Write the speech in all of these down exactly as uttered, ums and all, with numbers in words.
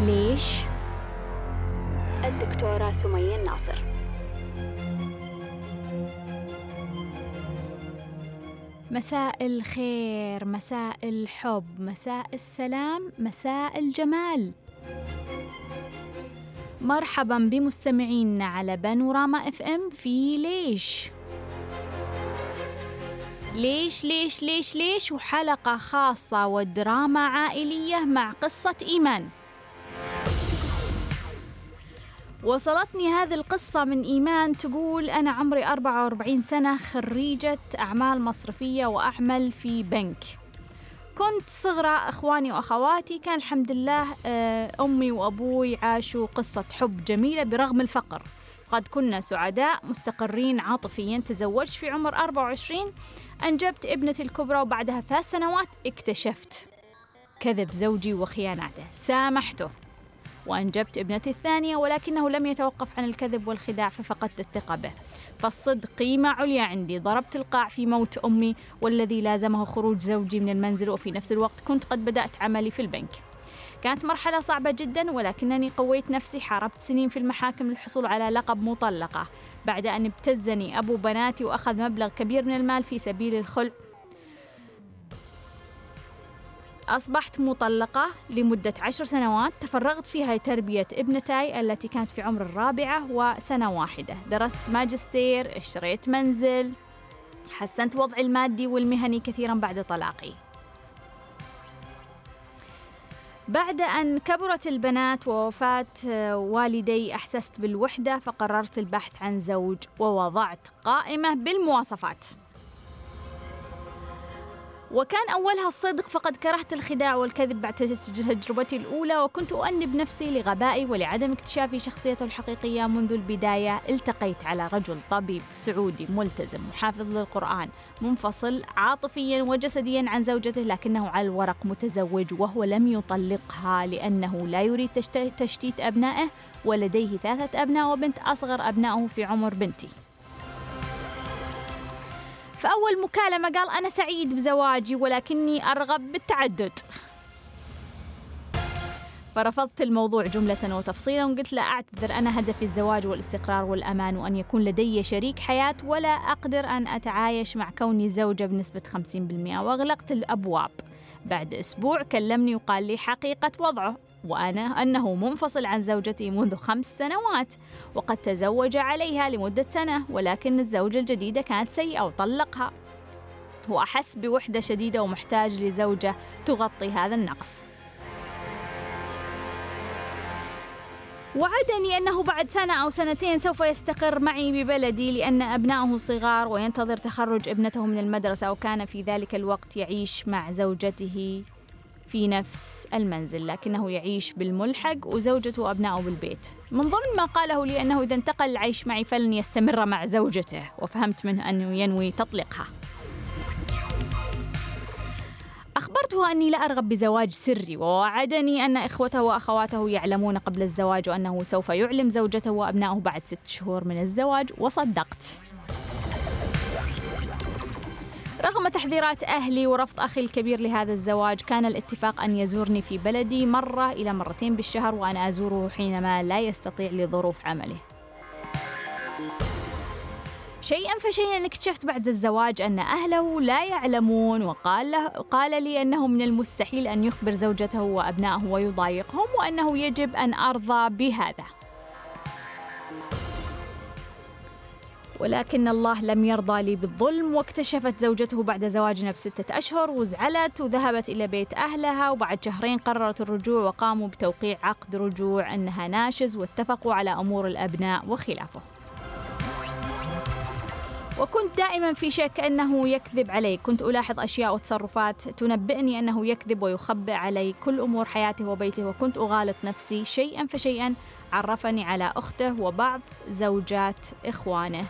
ليش؟ الدكتورة سمية الناصر. مساء الخير، مساء الحب، مساء السلام، مساء الجمال. مرحبا بمستمعينا على بانوراما اف ام في ليش ليش ليش ليش ليش وحلقة خاصة ودراما عائلية مع قصة إيمان. وصلتني هذه القصة من إيمان تقول: أنا عمري أربعة وأربعين سنة، خريجة أعمال مصرفية وأعمل في بنك. كنت صغرى أخواني وأخواتي، كان الحمد لله أمي وأبوي عاشوا قصة حب جميلة برغم الفقر. قد كنا سعداء مستقرين عاطفيا. تزوجت في عمر أربعة وعشرين، أنجبت ابنتي الكبرى، وبعدها ثلاث سنوات اكتشفت كذب زوجي وخياناته. سامحته وأنجبت ابنتي الثانية، ولكنه لم يتوقف عن الكذب والخداع، ففقدت الثقة به. فالصدق قيمة عليا عندي. ضربت القاع في موت أمي، والذي لازمه خروج زوجي من المنزل، وفي نفس الوقت كنت قد بدأت عملي في البنك. كانت مرحلة صعبة جدا، ولكنني قويت نفسي. حاربت سنين في المحاكم للحصول على لقب مطلقة، بعد أن ابتزني أبو بناتي وأخذ مبلغ كبير من المال في سبيل الخلع. أصبحت مطلقة لمدة عشر سنوات، تفرغت فيها لتربية ابنتي التي كانت في عمر الرابعة وسنة واحدة. درست ماجستير، اشتريت منزل، حسنت وضعي المادي والمهني كثيرا بعد طلاقي. بعد أن كبرت البنات ووفاة والدي أحسست بالوحدة، فقررت البحث عن زوج ووضعت قائمة بالمواصفات، وكان أولها الصدق، فقد كرهت الخداع والكذب بعد تجربتي الأولى، وكنت أؤنب نفسي لغبائي ولعدم اكتشاف شخصيته الحقيقية منذ البداية. التقيت على رجل طبيب سعودي ملتزم محافظ للقرآن، منفصل عاطفيا وجسديا عن زوجته، لكنه على الورق متزوج، وهو لم يطلقها لأنه لا يريد تشتيت أبنائه، ولديه ثلاثة أبناء وبنت، أصغر أبنائه في عمر بنتي. فأول مكالمة قال: أنا سعيد بزواجي ولكني أرغب بالتعدد. فرفضت الموضوع جملة وتفصيلا، وقلت لا أعتذر، أنا هدفي الزواج والاستقرار والأمان، وأن يكون لدي شريك حياة، ولا أقدر أن أتعايش مع كوني زوجة بنسبة خمسين بالمئة. وأغلقت الأبواب. بعد أسبوع كلمني وقال لي حقيقة وضعه، وأنا أنه منفصل عن زوجتي منذ خمس سنوات، وقد تزوج عليها لمدة سنة، ولكن الزوجة الجديدة كانت سيئة وطلقها، وأحس بوحدة شديدة ومحتاج لزوجة تغطي هذا النقص. وعدني أنه بعد سنة أو سنتين سوف يستقر معي ببلدي، لأن أبنائه صغار وينتظر تخرج ابنته من المدرسة، وكان في ذلك الوقت يعيش مع زوجته في نفس المنزل، لكنه يعيش بالملحق وزوجته وأبنائه بالبيت. من ضمن ما قاله لي أنه إذا انتقل العيش معي فلن يستمر مع زوجته، وفهمت منه أنه ينوي تطليقها. أخبرته أني لا أرغب بزواج سري، ووعدني أن إخوته وأخواته يعلمون قبل الزواج، وأنه سوف يعلم زوجته وأبنائه بعد ست شهور من الزواج، وصدقت. رغم تحذيرات أهلي ورفض أخي الكبير لهذا الزواج، كان الاتفاق أن يزورني في بلدي مرة إلى مرتين بالشهر، وأنا أزوره حينما لا يستطيع لظروف عمله. شيئا فشيئا اكتشفت بعد الزواج أن أهله لا يعلمون، وقال له قال لي أنه من المستحيل أن يخبر زوجته وأبنائه ويضايقهم، وأنه يجب أن أرضى بهذا. ولكن الله لم يرضى لي بالظلم، واكتشفت زوجته بعد زواجنا بستة أشهر، وزعلت وذهبت إلى بيت أهلها، وبعد شهرين قررت الرجوع، وقاموا بتوقيع عقد رجوع أنها ناشز، واتفقوا على أمور الأبناء وخلافه. وكنت دائما في شك أنه يكذب علي. كنت ألاحظ أشياء وتصرفات تنبئني أنه يكذب ويخبئ علي كل أمور حياته وبيته، وكنت أغالط نفسي. شيئا فشيئا عرفني على أخته وبعض زوجات إخوانه.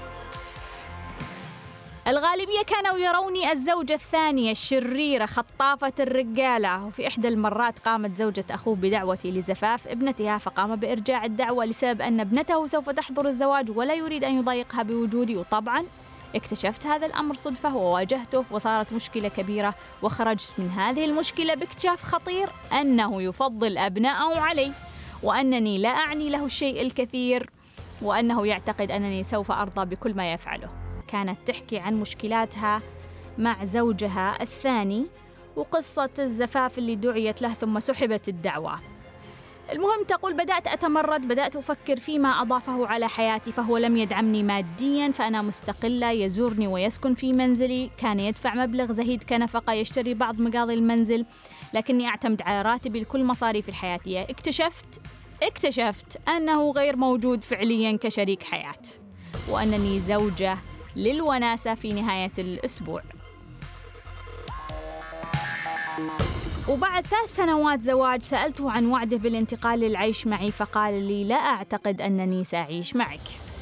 الغالبية كانوا يروني الزوجة الثانية الشريرة خطافة الرجالة، وفي إحدى المرات قامت زوجة أخوه بدعوتي لزفاف ابنتها، فقام بإرجاع الدعوة لسبب أن ابنته سوف تحضر الزواج ولا يريد أن يضايقها بوجودي. وطبعا اكتشفت هذا الأمر صدفة وواجهته وصارت مشكلة كبيرة، وخرجت من هذه المشكلة باكتشاف خطير أنه يفضل أبنائه علي، وأنني لا أعني له الشيء الكثير، وأنه يعتقد أنني سوف أرضى بكل ما يفعله. كانت تحكي عن مشكلاتها مع زوجها الثاني وقصة الزفاف اللي دعيت له ثم سحبت الدعوة. المهم تقول بدأت أتمرد، بدأت أفكر فيما أضافه على حياتي، فهو لم يدعمني مادياً، فأنا مستقلة، يزورني ويسكن في منزلي، كان يدفع مبلغ زهيد كنفقة، يشتري بعض مقاضي المنزل، لكني أعتمد على راتبي لكل مصاريفي الحياتية. اكتشفت اكتشفت أنه غير موجود فعلياً كشريك حياة، وأنني زوجة للوناسة في نهاية الأسبوع. وبعد ثلاث سنوات زواج سألته عن وعده بالانتقال للعيش معي، فقال لي لا أعتقد أنني سأعيش معك.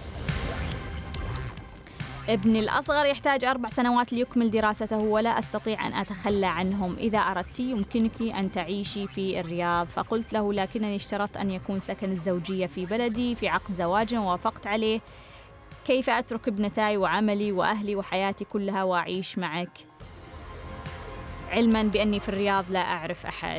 ابني الأصغر يحتاج أربع سنوات ليكمل دراسته ولا أستطيع أن أتخلى عنهم. إذا أردت يمكنك أن تعيشي في الرياض. فقلت له لكنني اشترطت أن يكون سكن الزوجية في بلدي في عقد زواج ووافقت عليه. كيف أترك ابنتاي وعملي وأهلي وحياتي كلها وأعيش معك، علماً بأني في الرياض لا أعرف أحد.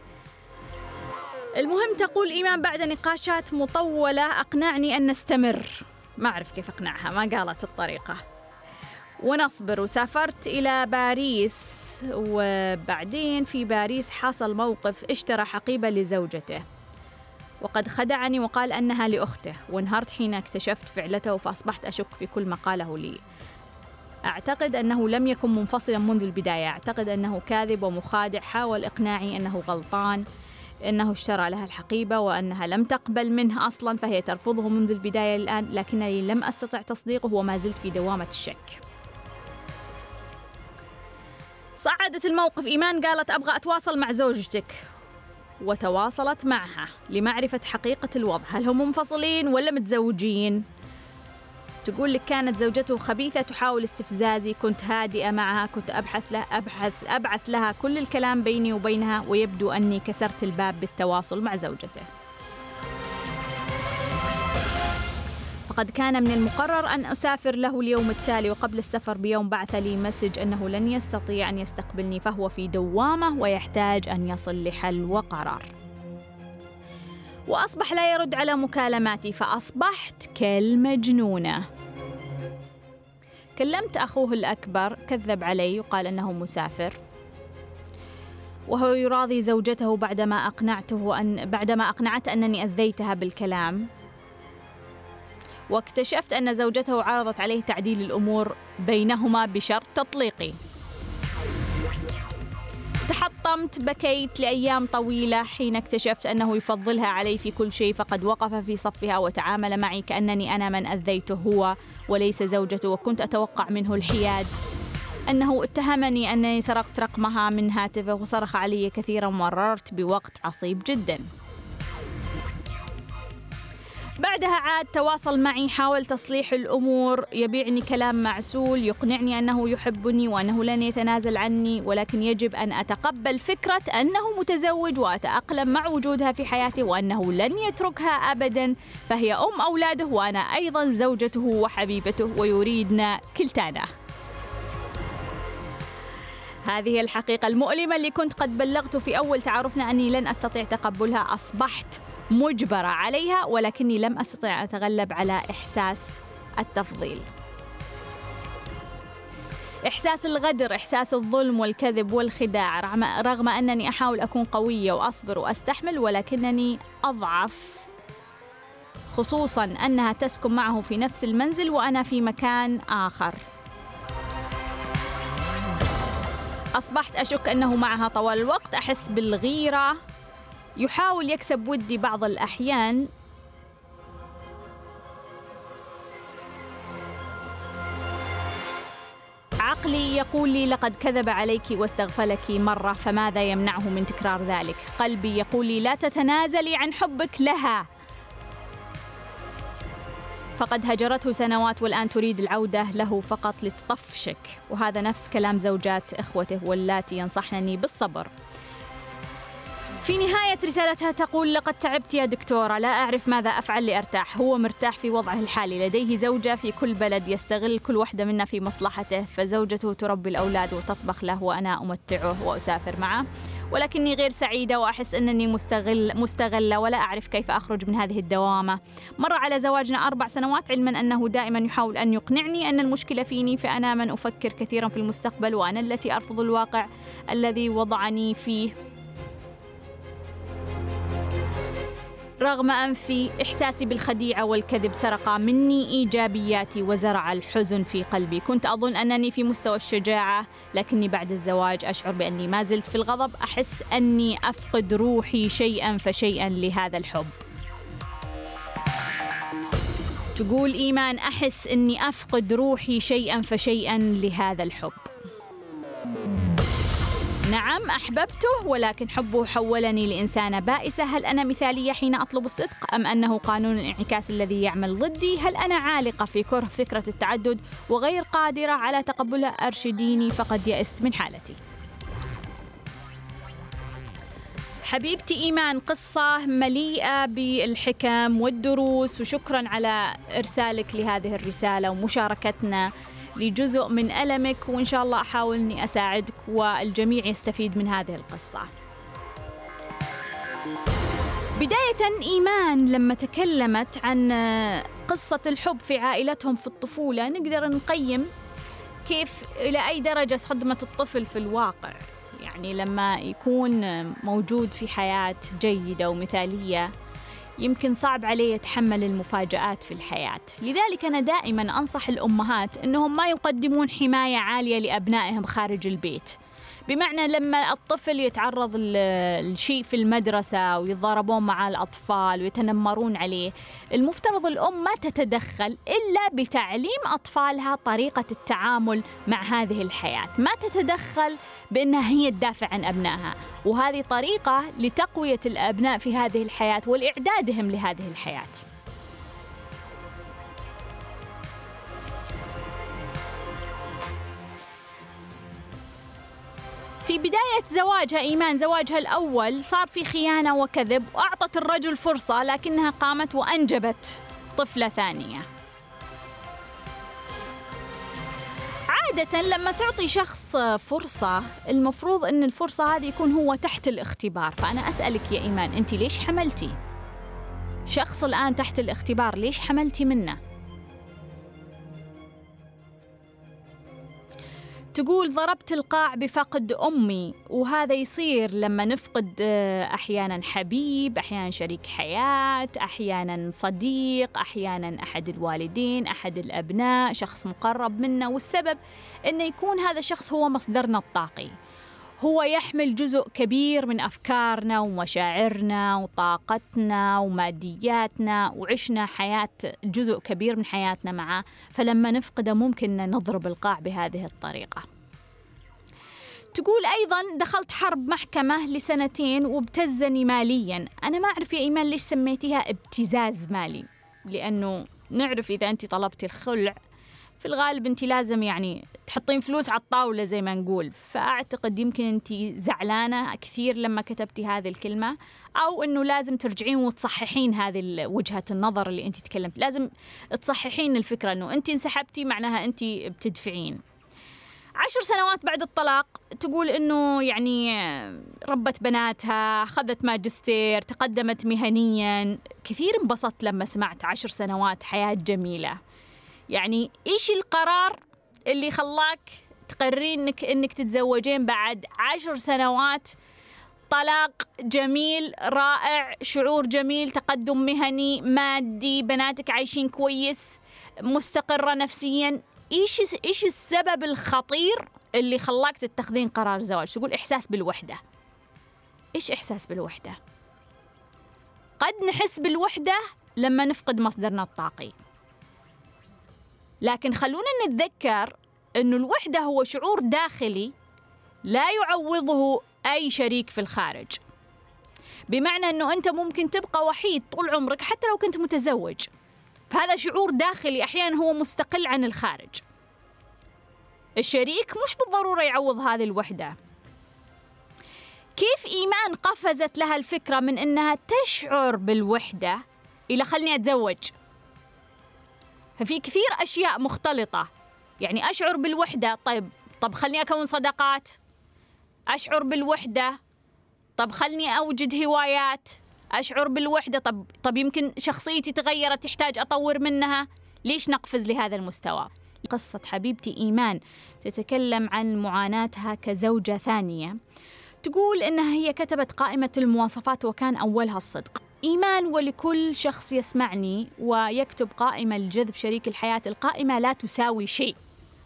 المهم تقول إيمان بعد نقاشات مطولة أقنعني أن نستمر. ما أعرف كيف أقنعها، ما قالت الطريقة. ونصبر، وسافرت إلى باريس، وبعدين في باريس حصل موقف، اشترى حقيبة لزوجته وقد خدعني وقال أنها لأخته، وانهارت حين اكتشفت فعلته، فأصبحت أشك في كل ما قاله لي. أعتقد أنه لم يكن منفصلا منذ البداية، أعتقد أنه كاذب ومخادع، حاول إقناعي أنه غلطان، أنه اشترى لها الحقيبة وأنها لم تقبل منه أصلا، فهي ترفضه منذ البداية الآن، لكنني لم أستطع تصديقه وما زلت في دوامة الشك. صعدت الموقف إيمان، قالت أبغى أتواصل مع زوجتك، وتواصلت معها لمعرفة حقيقة الوضع، هل هم منفصلين ولا متزوجين؟ تقول لك كانت زوجته خبيثة تحاول استفزازي، كنت هادئة معها، كنت أبحث له أبحث أبعث لها كل الكلام بيني وبينها، ويبدو أني كسرت الباب بالتواصل مع زوجته. فقد كان من المقرر أن أسافر له اليوم التالي، وقبل السفر بيوم بعث لي مسج أنه لن يستطيع أن يستقبلني، فهو في دوامة ويحتاج أن يصل لحل وقرار. وأصبح لا يرد على مكالماتي، فأصبحت كالمجنونة. كلمت أخوه الأكبر، كذب علي وقال أنه مسافر، وهو يراضي زوجته بعدما أقنعته أن بعدما أقنعت أنني أذيتها بالكلام. واكتشفت أن زوجته عرضت عليه تعديل الأمور بينهما بشرط تطليقي. تحطمت، بكيت لأيام طويلة حين اكتشفت أنه يفضلها علي في كل شيء، فقد وقف في صفها وتعامل معي كأنني أنا من أذيته هو وليس زوجته، وكنت أتوقع منه الحياد. أنه اتهمني أنني سرقت رقمها من هاتفه وصرخ علي كثيرا، ومررت بوقت عصيب جدا. بعدها عاد تواصل معي، حاول تصليح الأمور، يبيعني كلام معسول، يقنعني أنه يحبني وأنه لن يتنازل عني، ولكن يجب أن أتقبل فكرة أنه متزوج وأتأقلم مع وجودها في حياتي، وأنه لن يتركها أبدا، فهي أم أولاده وأنا أيضا زوجته وحبيبته، ويريدنا كلتانا. هذه الحقيقة المؤلمة اللي كنت قد بلغت في أول تعارفنا أني لن أستطيع تقبلها، أصبحت مجبرة عليها، ولكني لم أستطع أن أتغلب على إحساس التفضيل، إحساس الغدر، إحساس الظلم والكذب والخداع. رغم أنني أحاول أكون قوية وأصبر وأستحمل، ولكنني أضعف، خصوصا أنها تسكن معه في نفس المنزل وأنا في مكان آخر. أصبحت أشك أنه معها طوال الوقت، أحس بالغيرة، يحاول يكسب ودي بعض الأحيان. عقلي يقول لي لقد كذب عليك واستغفلك مرة، فماذا يمنعه من تكرار ذلك؟ قلبي يقول لي لا تتنازلي عن حبك لها، فقد هجرته سنوات والآن تريد العودة له فقط لتطفشك. وهذا نفس كلام زوجات إخوته واللاتي ينصحنني بالصبر. في نهاية رسالتها تقول: لقد تعبت يا دكتورة، لا أعرف ماذا أفعل لأرتاح. هو مرتاح في وضعه الحالي، لديه زوجة في كل بلد، يستغل كل واحدة منا في مصلحته، فزوجته تربي الأولاد وتطبخ له وأنا أمتعه وأسافر معه، ولكني غير سعيدة وأحس أنني مستغل مستغلة ولا أعرف كيف أخرج من هذه الدوامة. مر على زواجنا أربع سنوات، علما أنه دائما يحاول أن يقنعني أن المشكلة فيني، فأنا من أفكر كثيرا في المستقبل وأنا التي أرفض الواقع الذي وضعني فيه، رغم أنف إحساسي بالخديعة والكذب سرق مني إيجابياتي وزرع الحزن في قلبي. كنت أظن أنني في مستوى الشجاعة، لكني بعد الزواج أشعر بأني ما زلت في الغضب، أحس أني أفقد روحي شيئا فشيئا لهذا الحب. تقول إيمان: أحس أني أفقد روحي شيئا فشيئا لهذا الحب. نعم أحببته، ولكن حبه حولني لإنسانة بائسة. هل أنا مثالية حين أطلب الصدق، أم أنه قانون الانعكاس الذي يعمل ضدي؟ هل أنا عالقة في كره فكرة التعدد وغير قادرة على تقبلها؟ أرشديني، فقد يئست من حالتي. حبيبتي إيمان، قصة مليئة بالحكم والدروس، وشكرا على إرسالك لهذه الرسالة ومشاركتنا لجزء من ألمك، وإن شاء الله أحاول أني أساعدك والجميع يستفيد من هذه القصة. بداية إيمان لما تكلمت عن قصة الحب في عائلتهم في الطفولة، نقدر نقيم كيف إلى أي درجة صدمت الطفل في الواقع. يعني لما يكون موجود في حياة جيدة ومثالية، يمكن صعب عليه يتحمل المفاجآت في الحياة. لذلك أنا دائما أنصح الأمهات أنهم ما يقدمون حماية عالية لأبنائهم خارج البيت. بمعنى لما الطفل يتعرض لشيء في المدرسة ويتضاربون مع الأطفال ويتنمرون عليه، المفترض الأم ما تتدخل إلا بتعليم أطفالها طريقة التعامل مع هذه الحياة، ما تتدخل بأنها هي تدافع عن أبنائها. وهذه طريقة لتقوية الأبناء في هذه الحياة والإعدادهم لهذه الحياة. في بداية زواجها إيمان، زواجها الأول، صار في خيانة وكذب، وأعطت الرجل فرصة لكنها قامت وأنجبت طفلة ثانية. عادة لما تعطي شخص فرصة، المفروض أن الفرصة هذه يكون هو تحت الاختبار. فأنا أسألك يا إيمان، أنت ليش حملتي؟ شخص الآن تحت الاختبار، ليش حملتي منه؟ تقول: ضربت القاع بفقد أمي، وهذا يصير لما نفقد أحيانا حبيب، أحيانا شريك حياة، أحيانا صديق، أحيانا أحد الوالدين، أحد الأبناء، شخص مقرب منا. والسبب أنه يكون هذا الشخص هو مصدرنا الطاقي، هو يحمل جزء كبير من أفكارنا ومشاعرنا وطاقتنا ومادياتنا، وعشنا حياة جزء كبير من حياتنا معه. فلما نفقده ممكن نضرب القاع بهذه الطريقة. تقول أيضاً: دخلت حرب محكمة لسنتين وابتزني مالياً. أنا ما أعرف يا إيمان ليش سميتيها ابتزاز مالي، لأنه نعرف إذا أنت طلبتي الخلع في الغالب أنت لازم يعني تحطين فلوس على الطاولة زي ما نقول. فأعتقد يمكن أنت زعلانة كثير لما كتبتي هذه الكلمة، أو أنه لازم ترجعين وتصححين هذه وجهة النظر اللي أنت تكلمت. لازم تصححين الفكرة أنه أنت انسحبتي معناها أنت بتدفعين. عشر سنوات بعد الطلاق، تقول إنه يعني ربت بناتها، خذت ماجستير، تقدمت مهنيا. كثير انبسطت لما سمعت عشر سنوات حياة جميلة. يعني إيش القرار اللي خلاك تقررين إنك إنك تتزوجين بعد عشر سنوات طلاق جميل رائع، شعور جميل، تقدم مهني، مادي، بناتك عايشين كويس، مستقرة نفسيا؟ إيش إيش السبب الخطير اللي خلاك تتخذين قرار زواج؟ تقول إحساس بالوحدة. إيش إحساس بالوحدة؟ قد نحس بالوحدة لما نفقد مصدرنا الطاقي، لكن خلونا نتذكر إنه الوحدة هو شعور داخلي لا يعوضه أي شريك في الخارج. بمعنى إنه أنت ممكن تبقى وحيد طول عمرك حتى لو كنت متزوج، فهذا شعور داخلي أحيانا هو مستقل عن الخارج. الشريك مش بالضرورة يعوض هذه الوحدة. كيف إيمان قفزت لها الفكرة من أنها تشعر بالوحدة إلى خلني أتزوج؟ ففي كثير أشياء مختلطة. يعني أشعر بالوحدة، طيب طب خلني أكون صداقات. أشعر بالوحدة، طب خلني أوجد هوايات. أشعر بالوحدة، طب طب يمكن شخصيتي تغيرت تحتاج أطور منها. ليش نقفز لهذا المستوى؟ قصة حبيبتي إيمان تتكلم عن معاناتها كزوجة ثانية. تقول إنها هي كتبت قائمة المواصفات وكان أولها الصدق. إيمان ولكل شخص يسمعني ويكتب قائمة لجذب شريك الحياة، القائمة لا تساوي شيء.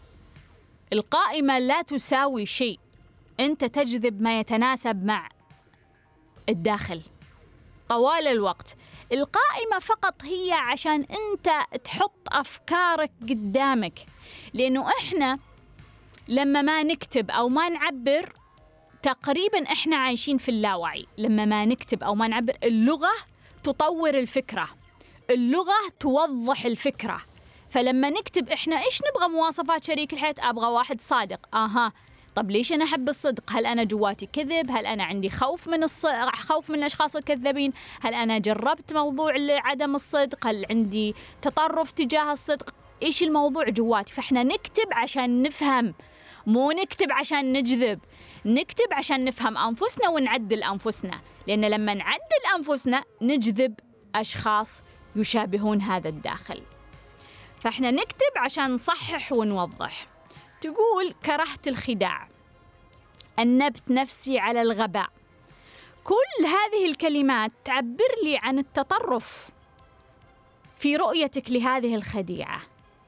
القائمة لا تساوي شيء. أنت تجذب ما يتناسب مع الداخل طوال الوقت. القائمة فقط هي عشان أنت تحط أفكارك قدامك، لأنه إحنا لما ما نكتب أو ما نعبر تقريباً إحنا عايشين في اللاوعي. لما ما نكتب أو ما نعبر، اللغة تطور الفكرة، اللغة توضح الفكرة. فلما نكتب إحنا إيش نبغى مواصفات شريك الحياة؟ أبغى واحد صادق. آها، طب ليش أنا أحب الصدق؟ هل أنا جواتي كذب؟ هل أنا عندي خوف من الص... خوف من الأشخاص الكذابين؟ هل أنا جربت موضوع عدم الصدق؟ هل عندي تطرف تجاه الصدق؟ إيش الموضوع جواتي؟ فإحنا نكتب عشان نفهم، مو نكتب عشان نجذب. نكتب عشان نفهم أنفسنا ونعدل أنفسنا، لأن لما نعدل أنفسنا نجذب أشخاص يشابهون هذا الداخل. فإحنا نكتب عشان نصحح ونوضح. تقول كرهت الخداع، أنبت نفسي على الغباء. كل هذه الكلمات تعبر لي عن التطرف في رؤيتك لهذه الخديعة.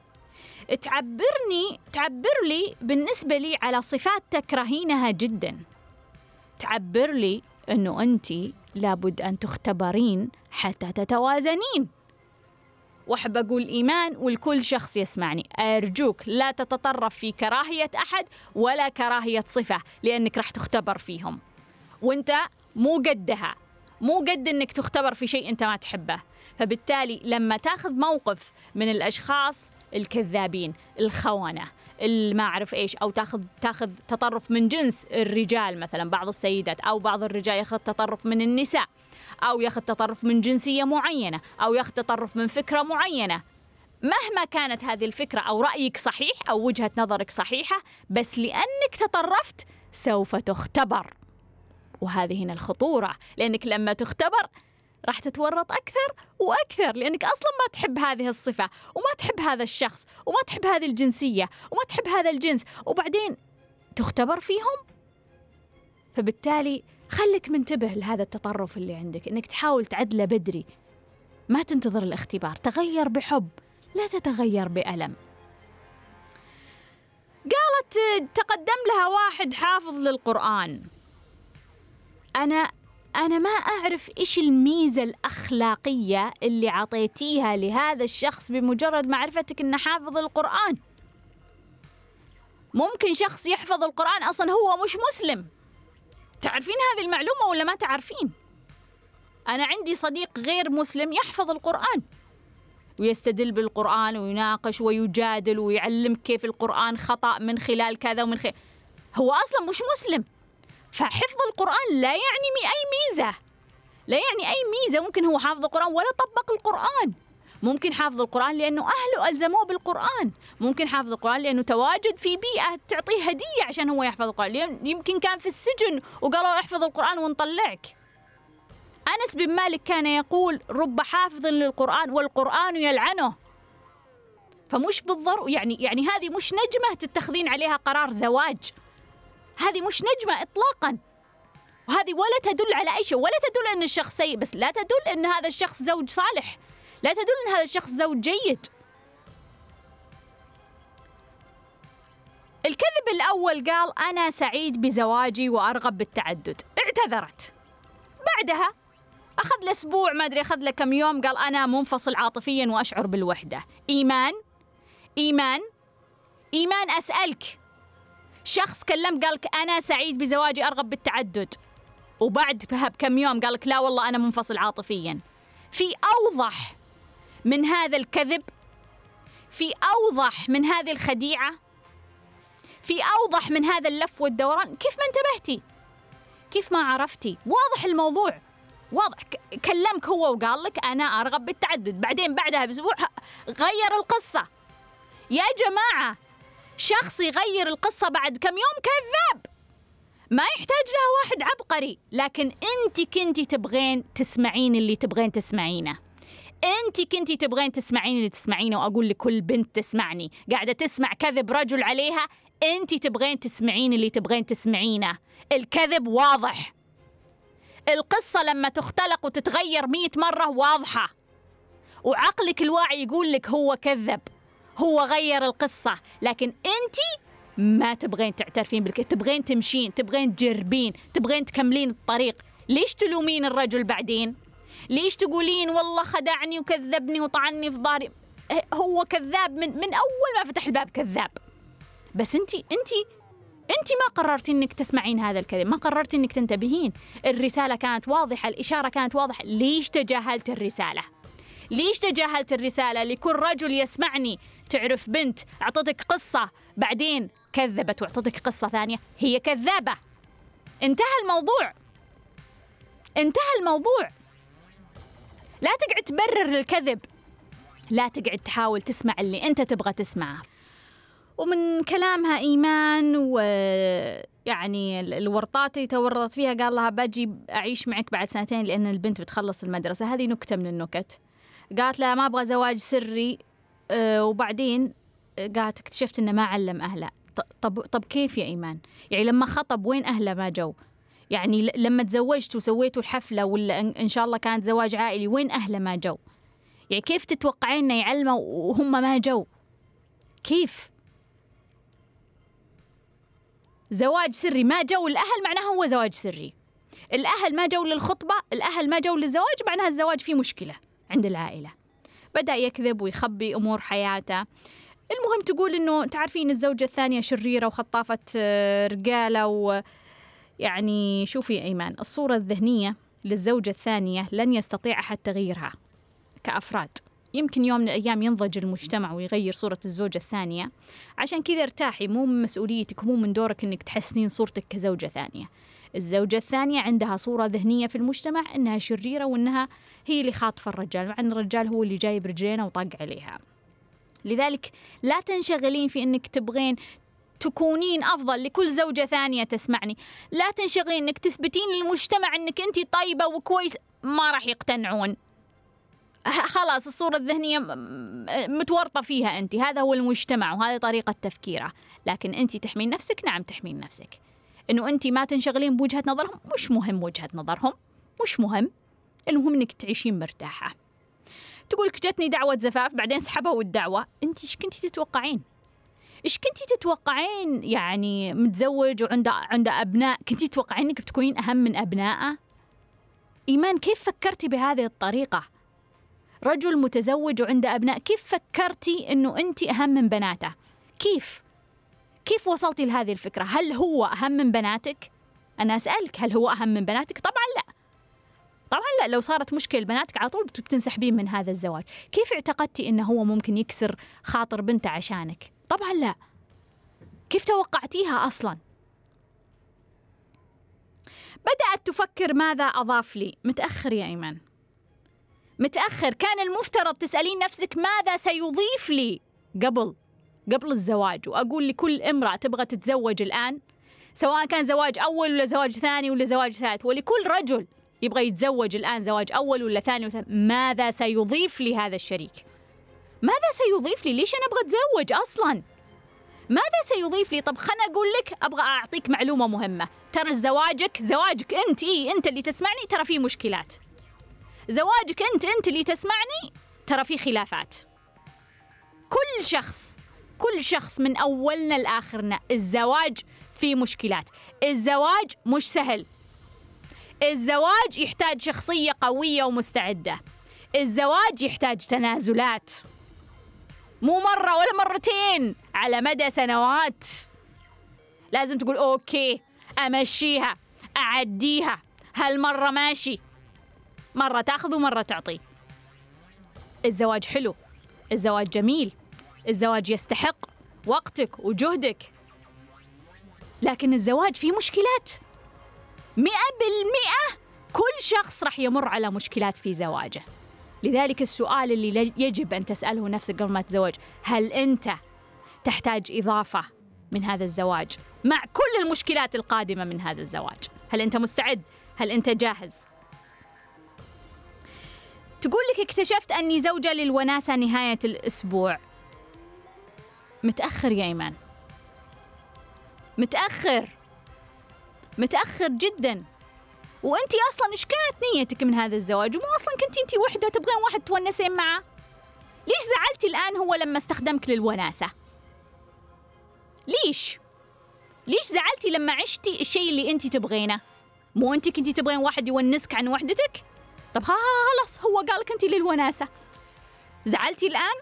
تعبرني تعبر لي بالنسبة لي على صفات تكرهينها جدا. تعبر لي أنه أنت لابد أن تختبرين حتى تتوازنين. وأحب أقول إيمان ولكل شخص يسمعني، أرجوك لا تتطرف في كراهية أحد ولا كراهية صفة، لأنك راح تختبر فيهم وأنت مو قدها، مو قد أنك تختبر في شيء أنت ما تحبه. فبالتالي لما تاخذ موقف من الأشخاص الكذابين، الخونة، ما أعرف إيش، أو تاخذ تاخذ تطرف من جنس الرجال، مثلا بعض السيدات أو بعض الرجال ياخذ تطرف من النساء، أو ياخذ تطرف من جنسية معينة، أو ياخذ تطرف من فكرة معينة. مهما كانت هذه الفكرة أو رأيك صحيح أو وجهة نظرك صحيحة، بس لأنك تطرفت سوف تختبر. وهذه هنا الخطورة، لأنك لما تختبر راح تتورط أكثر وأكثر، لأنك أصلا ما تحب هذه الصفة وما تحب هذا الشخص وما تحب هذه الجنسية وما تحب هذا الجنس، وبعدين تختبر فيهم. فبالتالي خلك منتبه لهذا التطرف اللي عندك، إنك تحاول تعدله بدري، ما تنتظر الاختبار. تغير بحب، لا تتغير بألم. قالت تقدم لها واحد حافظ للقرآن. أنا أنا ما أعرف إيش الميزة الأخلاقية اللي عطيتيها لهذا الشخص بمجرد معرفتك إنه حافظ القرآن. ممكن شخص يحفظ القرآن أصلا هو مش مسلم. تعرفين هذه المعلومة ولا ما تعرفين؟ أنا عندي صديق غير مسلم يحفظ القرآن ويستدل بالقرآن ويناقش ويجادل ويعلم كيف القرآن خطأ من خلال كذا ومن خلال، هو أصلا مش مسلم. فحفظ القرآن لا يعني أي ميزة، لا يعني أي ميزة. ممكن هو حافظ القرآن ولا طبق القرآن، ممكن حافظ القرآن لأنه أهله ألزموه بالقرآن، ممكن حافظ القرآن لأنه تواجد في بيئة تعطيه هدية عشان هو يحفظ القرآن، يمكن كان في السجن وقالوا احفظ القرآن ونطلعك. أنس بن مالك كان يقول رب حافظ للقرآن والقرآن يلعنه. فمش بالضرورة يعني يعني هذه مش نجمة تتخذين عليها قرار زواج، هذه مش نجمة إطلاقاً، وهذه ولا تدل على أي شيء، ولا تدل أن الشخص سيء، بس لا تدل أن هذا الشخص زوج صالح، لا تدل أن هذا الشخص زوج جيد. الكذب الأول قال أنا سعيد بزواجي وأرغب بالتعدد، اعتذرت. بعدها أخذ له أسبوع، ما أدري أخذ له كم يوم، قال أنا منفصل عاطفياً وأشعر بالوحدة. إيمان إيمان إيمان أسألك، شخص كلم قالك أنا سعيد بزواجي أرغب بالتعدد، وبعد بكم يوم قالك لا والله أنا منفصل عاطفياً. في أوضح من هذا الكذب؟ في أوضح من هذه الخديعة؟ في أوضح من هذا اللف والدوران؟ كيف ما انتبهتي؟ كيف ما عرفتي؟ واضح الموضوع، واضح. كلمك هو وقال لك أنا أرغب بالتعدد، بعدين بعدها بأسبوع غير القصة. يا جماعة، شخص يغير القصة بعد كم يوم كذاب، ما يحتاج لها واحد عبقري. لكن أنت كنتي تبغين تسمعين اللي تبغين تسمعينه، أنت كنتي تبغين تسمعين اللي تسمعينه. وأقول لكل بنت تسمعني قاعدة تسمع كذب رجل عليها، أنت تبغين تسمعين اللي تبغين تسمعينه. الكذب واضح، القصة لما تختلق وتتغير مئة مرة واضحة، وعقلك الواعي يقول لك هو كذب، هو غير القصة. لكن أنت ما تبغين تعترفين بالكذب، تبغين تمشين، تبغين تجربين، تبغين تكملين الطريق. ليش تلومين الرجل بعدين؟ ليش تقولين والله خدعني وكذبني وطعني في ظهري؟ هو كذاب من من أول ما فتح الباب كذاب. بس أنت أنت أنت ما قررتي إنك تسمعين هذا الكذب، ما قررتي إنك تنتبهين. الرسالة كانت واضحة، الإشارة كانت واضحة. ليش تجاهلت الرسالة؟ ليش تجاهلت الرسالة؟ لكل رجل يسمعني تعرف بنت أعطتك قصة بعدين كذبت وأعطتك قصة ثانية، هي كذابة. انتهى الموضوع، انتهى الموضوع. لا تقعد تبرر الكذب، لا تقعد تحاول تسمع اللي أنت تبغى تسمعه. ومن كلامها إيمان ويعني الورطات اللي تورطت فيها، قال لها باجي أعيش معك بعد سنتين لأن البنت بتخلص المدرسة. هذه نكتة من النكت. قالت لها ما أبغى زواج سري، أه وبعدين قالت اكتشفت إنه ما علم أهله. طب طب كيف يا إيمان؟ يعني لما خطب وين أهله ما جو؟ يعني لما تزوجت وسويتوا الحفلة ولا إن شاء الله كانت زواج عائلي، وين أهله ما جو؟ يعني كيف تتوقعين إنه يعلموا وهم ما جو؟ كيف؟ زواج سري ما جو الأهل معناها هو زواج سري. الأهل ما جو للخطبة، الأهل ما جو للزواج، معناها الزواج فيه مشكلة عند العائلة. بدأ يكذب ويخبي أمور حياته. المهم تقول إنه تعرفين الزوجة الثانية شريرة وخطافة رجالة. ويعني شوفي يا إيمان، الصورة الذهنية للزوجة الثانية لن يستطيع أحد تغييرها كأفراد. يمكن يوم من الأيام ينضج المجتمع ويغير صورة الزوجة الثانية. عشان كذا ارتاحي، مو من مسؤوليتك ومو من دورك إنك تحسنين صورتك كزوجة ثانية. الزوجة الثانية عندها صورة ذهنية في المجتمع إنها شريرة وإنها هي اللي خاطفة الرجال، مع أن الرجال هو اللي جايب رجلينه وطق عليها. لذلك لا تنشغلين في إنك تبغين تكونين أفضل لكل زوجة ثانية تسمعني. لا تنشغلين إنك تثبتين للمجتمع إنك أنت طيبة وكويس، ما راح يقتنعون. خلاص الصورة الذهنية متورطة فيها أنت، هذا هو المجتمع وهذه طريقة تفكيره. لكن أنت تحمين نفسك، نعم تحمين نفسك. إنه أنت ما تنشغلين بوجهة نظرهم، مش مهم وجهة نظرهم، مش مهم. المهم إنك تعيشين مرتاحة. تقولك جتني دعوة زفاف بعدين سحبوا الدعوة. أنت إيش كنتي تتوقعين؟ إيش كنتي تتوقعين؟ يعني متزوج وعنده عنده أبناء، كنتي تتوقعين إنك بتكونين أهم من أبنائه؟ إيمان كيف فكرتي بهذه الطريقة؟ رجل متزوج وعنده أبناء، كيف فكرتي إنه أنت أهم من بناته؟ كيف؟ كيف وصلتي لهذه الفكرة؟ هل هو أهم من بناتك؟ أنا أسألك، هل هو أهم من بناتك؟ طبعا لا، طبعا لا. لو صارت مشكلة بناتك على طول بتنسحبين من هذا الزواج. كيف اعتقدتي إنه هو ممكن يكسر خاطر بنته عشانك؟ طبعا لا. كيف توقعتيها أصلا؟ بدأت تفكر ماذا أضاف لي. متأخر يا إيمان، متأخر. كان المفترض تسألين نفسك ماذا سيضيف لي قبل قبل الزواج. وأقول لكل امرأة تبغى تتزوج الآن، سواء كان زواج أول ولا زواج ثاني ولا زواج ثالث، ولكل رجل يبغى يتزوج الآن زواج أول ولا ثاني وثالث، ماذا سيضيف لي هذا الشريك؟ ماذا سيضيف لي؟ ليش أنا أبغى أتزوج أصلاً؟ ماذا سيضيف لي؟ طب خلنا أقول لك، أبغى أعطيك معلومة مهمة. ترى زواجك زواجك أنت إيه أنت اللي تسمعني ترى فيه مشكلات. زواجك أنت أنت اللي تسمعني ترى فيه خلافات. كل شخص كل شخص من أولنا لآخرنا الزواج فيه مشكلات. الزواج مش سهل. الزواج يحتاج شخصية قوية ومستعدة. الزواج يحتاج تنازلات، مو مرة ولا مرتين، على مدى سنوات. لازم تقول أوكي أمشيها أعديها، هالمرة ماشي، مرة تأخذ ومرة تعطي. الزواج حلو، الزواج جميل، الزواج يستحق وقتك وجهدك، لكن الزواج فيه مشكلات. مئة بالمئة كل شخص راح يمر على مشكلات في زواجه. لذلك السؤال اللي يجب أن تسأله نفسك قبل ما تتزوج: هل أنت تحتاج إضافة من هذا الزواج مع كل المشكلات القادمة من هذا الزواج؟ هل أنت مستعد؟ هل أنت جاهز؟ تقول لك: اكتشفت أني زوجة للوناسة نهاية الأسبوع. متأخر يا إيمان، متأخر متأخر جدا. وأنتي أصلاً إيش كانت نيتك من هذا الزواج؟ ومو أصلاً كنتي أنتي وحدة تبغين واحد تونسين معه؟ ليش زعلتي الآن هو لما استخدمك للوناسة؟ ليش؟ ليش زعلتي لما عشتي الشيء اللي أنتي تبغينه؟ مو أنتي كنتي تبغين واحد يونسك عن وحدتك؟ طب ها خلاص هو قالك أنتي للوناسة، زعلتي الآن؟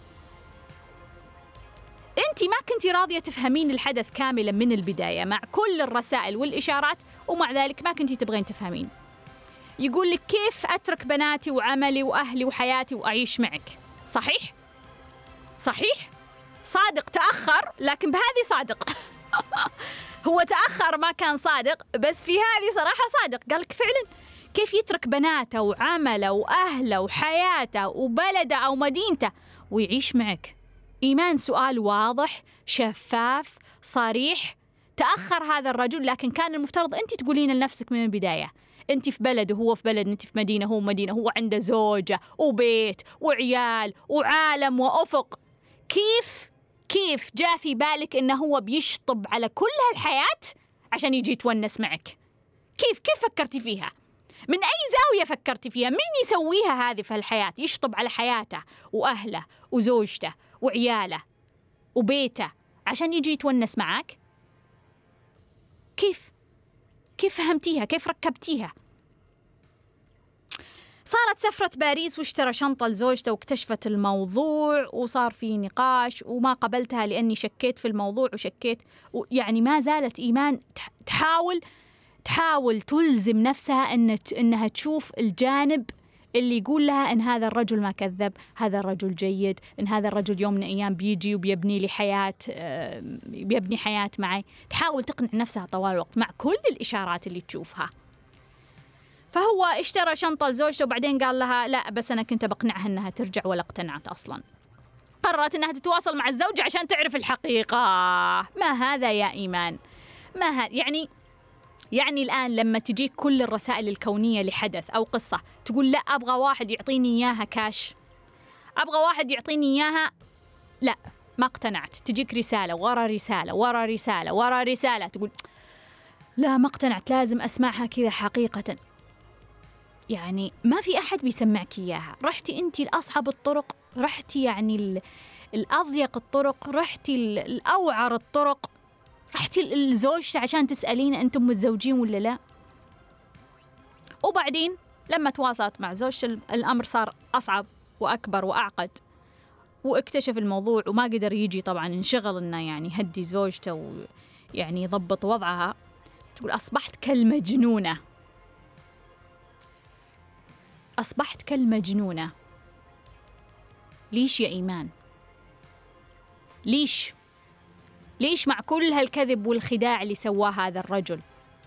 أنتي ما كنتي راضية تفهمين الحدث كاملا من البداية مع كل الرسائل والإشارات، ومع ذلك ما كنتي تبغين تفهمين. يقول لك: كيف أترك بناتي وعملي وأهلي وحياتي وأعيش معك؟ صحيح؟ صحيح؟ صادق تأخر، لكن بهذه صادق. هو تأخر ما كان صادق، بس في هذه صراحة صادق. قال لك فعلا كيف يترك بناته وعمله وأهله وحياته وبلده أو مدينته ويعيش معك؟ إيمان سؤال واضح شفاف صريح. تأخر هذا الرجل، لكن كان المفترض أنت تقولين لنفسك من البداية. أنت في بلد وهو في بلد، أنت في مدينة هو مدينة، هو عنده زوجة وبيت وعيال وعالم وأفق. كيف كيف جاء في بالك إنه هو بيشطب على كل هالحياة عشان يجي يتونس معك؟ كيف كيف فكرتي فيها؟ من أي زاوية فكرتي فيها؟ مين يسويها هذه في الحياة؟ يشطب على حياته وأهله وزوجته وعياله وبيته عشان يجي يتونس معك؟ كيف كيف فهمتيها؟ كيف ركبتيها؟ صارت سفرة باريس واشترى شنطة لزوجته واكتشفت الموضوع وصار في نقاش، وما قبلتها لأني شكيت في الموضوع وشكيت، يعني ما زالت إيمان تحاول تحاول تلزم نفسها إن إنها تشوف الجانب اللي يقول لها إن هذا الرجل ما كذب، هذا الرجل جيد، إن هذا الرجل يوم من الأيام بيجي وبيبني لي حياة، بيبني حياة معي. تحاول تقنع نفسها طوال الوقت مع كل الإشارات اللي تشوفها. فهو اشترى شنطة لزوجته وبعدين قال لها لا بس أنا كنت بقنعها أنها ترجع، ولا اقتنعت أصلا. قررت أنها تتواصل مع الزوج عشان تعرف الحقيقة. ما هذا يا إيمان؟ ما هذا يعني؟ يعني الآن لما تجيك كل الرسائل الكونية لحدث أو قصة تقول لا أبغى واحد يعطيني إياها كاش، أبغى واحد يعطيني إياها، لا ما اقتنعت. تجيك رسالة ورا رسالة ورا رسالة ورا رسالة تقول لا ما اقتنعت، لازم أسمعها كذا حقيقة. يعني ما في أحد بيسمعك إياها. رحتي أنتي لأصعب الطرق، رحتي يعني الأضيق الطرق، رحتي الأوعر الطرق، رحتي لزوجته عشان تسألين أنتم متزوجين ولا لا. وبعدين لما تواصلت مع زوجته الأمر صار أصعب وأكبر وأعقد، واكتشف الموضوع وما قدر يجي. طبعا انشغل إنه يعني هدي زوجته ويعني يضبط وضعها. تقول أصبحت كالمجنونة، أصبحت كالمجنونة. ليش يا إيمان؟ ليش؟ ليش مع كل هالكذب والخداع اللي سواه هذا الرجل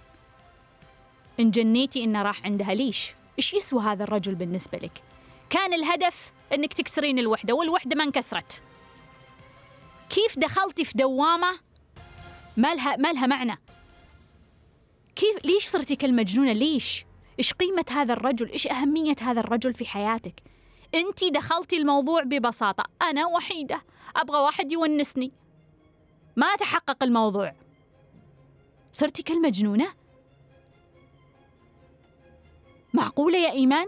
انجنيتي إنه راح عندها؟ ليش؟ إيش يسوى هذا الرجل بالنسبة لك؟ كان الهدف إنك تكسرين الوحدة، والوحدة ما انكسرت. كيف دخلتي في دوامة ما لها ما لها معنى؟ كيف ليش صرتي كالمجنونة؟ ليش؟ إيش قيمة هذا الرجل؟ إيش أهمية هذا الرجل في حياتك؟ أنتي دخلتي الموضوع ببساطة، أنا وحيدة أبغى واحد يونسني، ما تحقق الموضوع، صرتي كالمجنونة؟ معقولة يا إيمان؟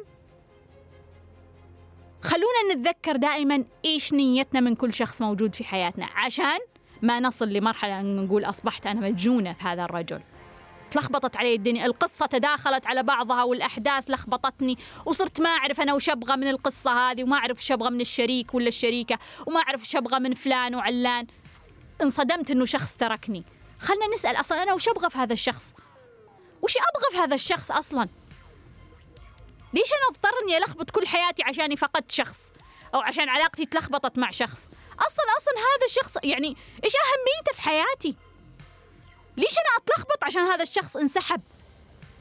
خلونا نتذكر دائما إيش نيتنا من كل شخص موجود في حياتنا، عشان ما نصل لمرحلة أن نقول أصبحت أنا مجنونة في هذا الرجل. تلخبطت علي الدنيا، القصة تداخلت على بعضها والأحداث لخبطتني، وصرت ما أعرف أنا وش أبغى من القصة هذه، وما أعرف وش أبغى من الشريك ولا الشريكة، وما أعرف وش أبغى من فلان وعلان. انصدمت إنه شخص تركني. خلنا نسأل أصلا أنا وش أبغى في هذا الشخص؟ وش أبغى في هذا الشخص أصلا؟ ليش أنا أضطر إني ألخبط كل حياتي عشاني فقدت شخص، أو عشان علاقتي تلخبطت مع شخص؟ أصلا أصلا هذا الشخص يعني إيش أهميته في حياتي؟ ليش أنا أتلخبط عشان هذا الشخص انسحب؟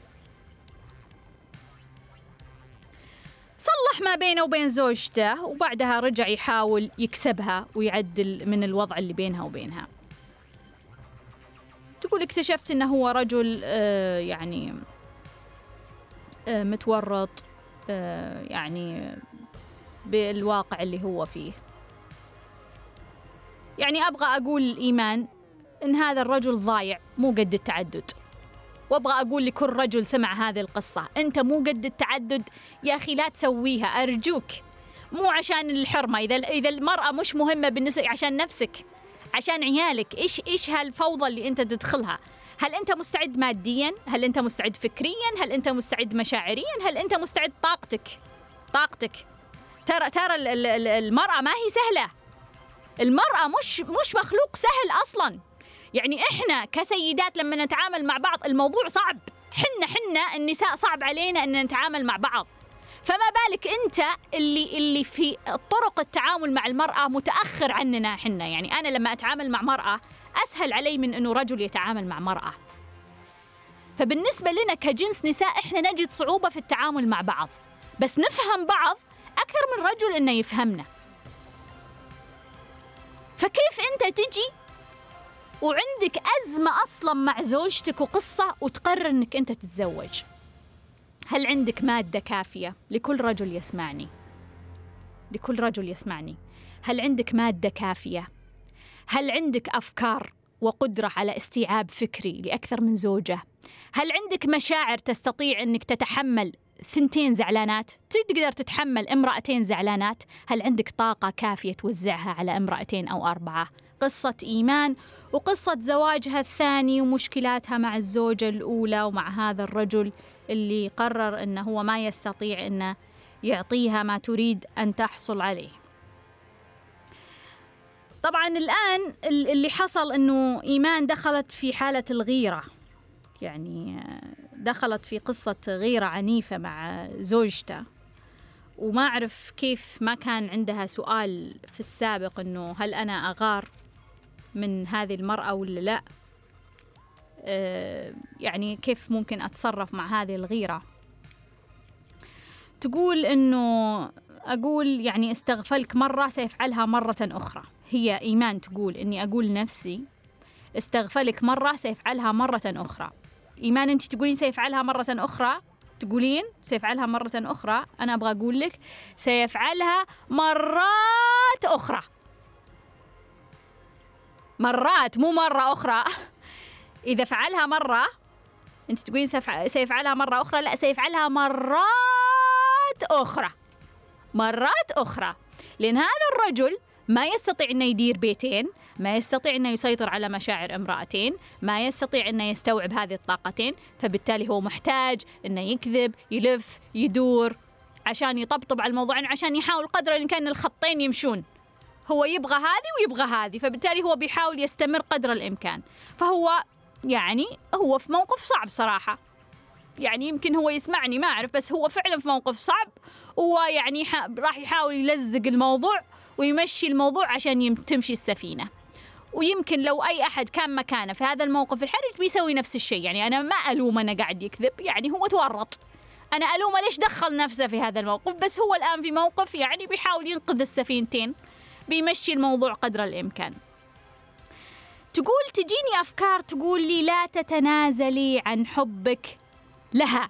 ما بينه وبين زوجته، وبعدها رجع يحاول يكسبها ويعدل من الوضع اللي بينها وبينها. تقول اكتشفت أنه هو رجل آه يعني آه متورط آه يعني بالواقع اللي هو فيه. يعني أبغى أقول إيمان إن هذا الرجل ضايع، مو قد التعدد. وأبغى أقول لكل رجل سمع هذه القصة، أنت مو قد التعدد يا أخي، لا تسويها أرجوك. مو عشان الحرمة، إذا إذا المرأة مش مهمة بالنسبة، عشان نفسك، عشان عيالك. إيش إيش هالفوضى اللي أنت تدخلها؟ هل أنت مستعد ماديا؟ هل أنت مستعد فكريا؟ هل أنت مستعد مشاعريا؟ هل أنت مستعد طاقتك طاقتك ترى ترى المرأة ما هي سهلة. المرأة مش مش مخلوق سهل أصلاً. يعني إحنا كسيدات لما نتعامل مع بعض الموضوع صعب. حنا حنا النساء صعب علينا أن نتعامل مع بعض، فما بالك أنت اللي اللي في طرق التعامل مع المرأة متأخر عننا حنا. يعني أنا لما أتعامل مع مرأة أسهل علي من أنه رجل يتعامل مع مرأة. فبالنسبة لنا كجنس نساء إحنا نجد صعوبة في التعامل مع بعض، بس نفهم بعض أكثر من رجل إنه يفهمنا. فكيف أنت تجي وعندك أزمة أصلاً مع زوجتك وقصة وتقرر أنك أنت تتزوج؟ هل عندك مادة كافية؟ لكل رجل يسمعني، لكل رجل يسمعني، هل عندك مادة كافية؟ هل عندك أفكار وقدرة على استيعاب فكري لأكثر من زوجة؟ هل عندك مشاعر تستطيع أنك تتحمل ثنتين زعلانات؟ تقدر تتحمل امرأتين زعلانات؟ هل عندك طاقة كافية توزعها على امرأتين أو أربعة؟ قصة إيمان وقصة زواجها الثاني ومشكلاتها مع الزوجة الأولى ومع هذا الرجل اللي قرر أنه هو ما يستطيع أنه يعطيها ما تريد أن تحصل عليه. طبعا الآن اللي حصل أنه إيمان دخلت في حالة الغيرة، يعني دخلت في قصة غيرة عنيفة مع زوجته، وما أعرف كيف ما كان عندها سؤال في السابق أنه هل أنا أغار من هذه المرأة ولا لا؟ أه يعني كيف ممكن أتصرف مع هذه الغيرة؟ تقول أنه أقول يعني استغفلك مرة سيفعلها مرة أخرى. هي إيمان تقول أني أقول نفسي استغفلك مرة سيفعلها مرة أخرى. إيمان أنت تقولين سيفعلها مرة أخرى، تقولين سيفعلها مرة أخرى. أنا أبغى أقول لك سيفعلها مرات أخرى، مرات مو مرة أخرى. إذا فعلها مرة أنت تقولين سيفعلها مرة أخرى، لا، سيفعلها مرات أخرى، مرات أخرى. لأن هذا الرجل ما يستطيع أنه يدير بيتين، ما يستطيع أنه يسيطر على مشاعر امرأتين، ما يستطيع أنه يستوعب هذه الطاقتين، فبالتالي هو محتاج أنه يكذب، يلف، يدور عشان يطبطب على الموضوع، عشان يحاول قدر الإمكان الخطين يمشون. هو يبغى هذه ويبغى هذه، فبالتالي هو بيحاول يستمر قدر الإمكان. فهو يعني هو في موقف صعب صراحة. يعني يمكن هو يسمعني ما أعرف، بس هو فعلا في موقف صعب. هو يعني راح يحاول يلزق الموضوع ويمشي الموضوع عشان تمشي السفينة. ويمكن لو أي أحد كان مكانه في هذا الموقف الحرج بيسوي نفس الشيء. يعني أنا ما ألوم أنا قاعد يكذب، يعني هو تورط، أنا ألومه ليش دخل نفسه في هذا الموقف. بس هو الآن في موقف يعني بيحاول ينقذ السفينتين، بيمشي الموضوع قدر الإمكان. تقول تجيني أفكار تقول لي لا تتنازلي عن حبك لها.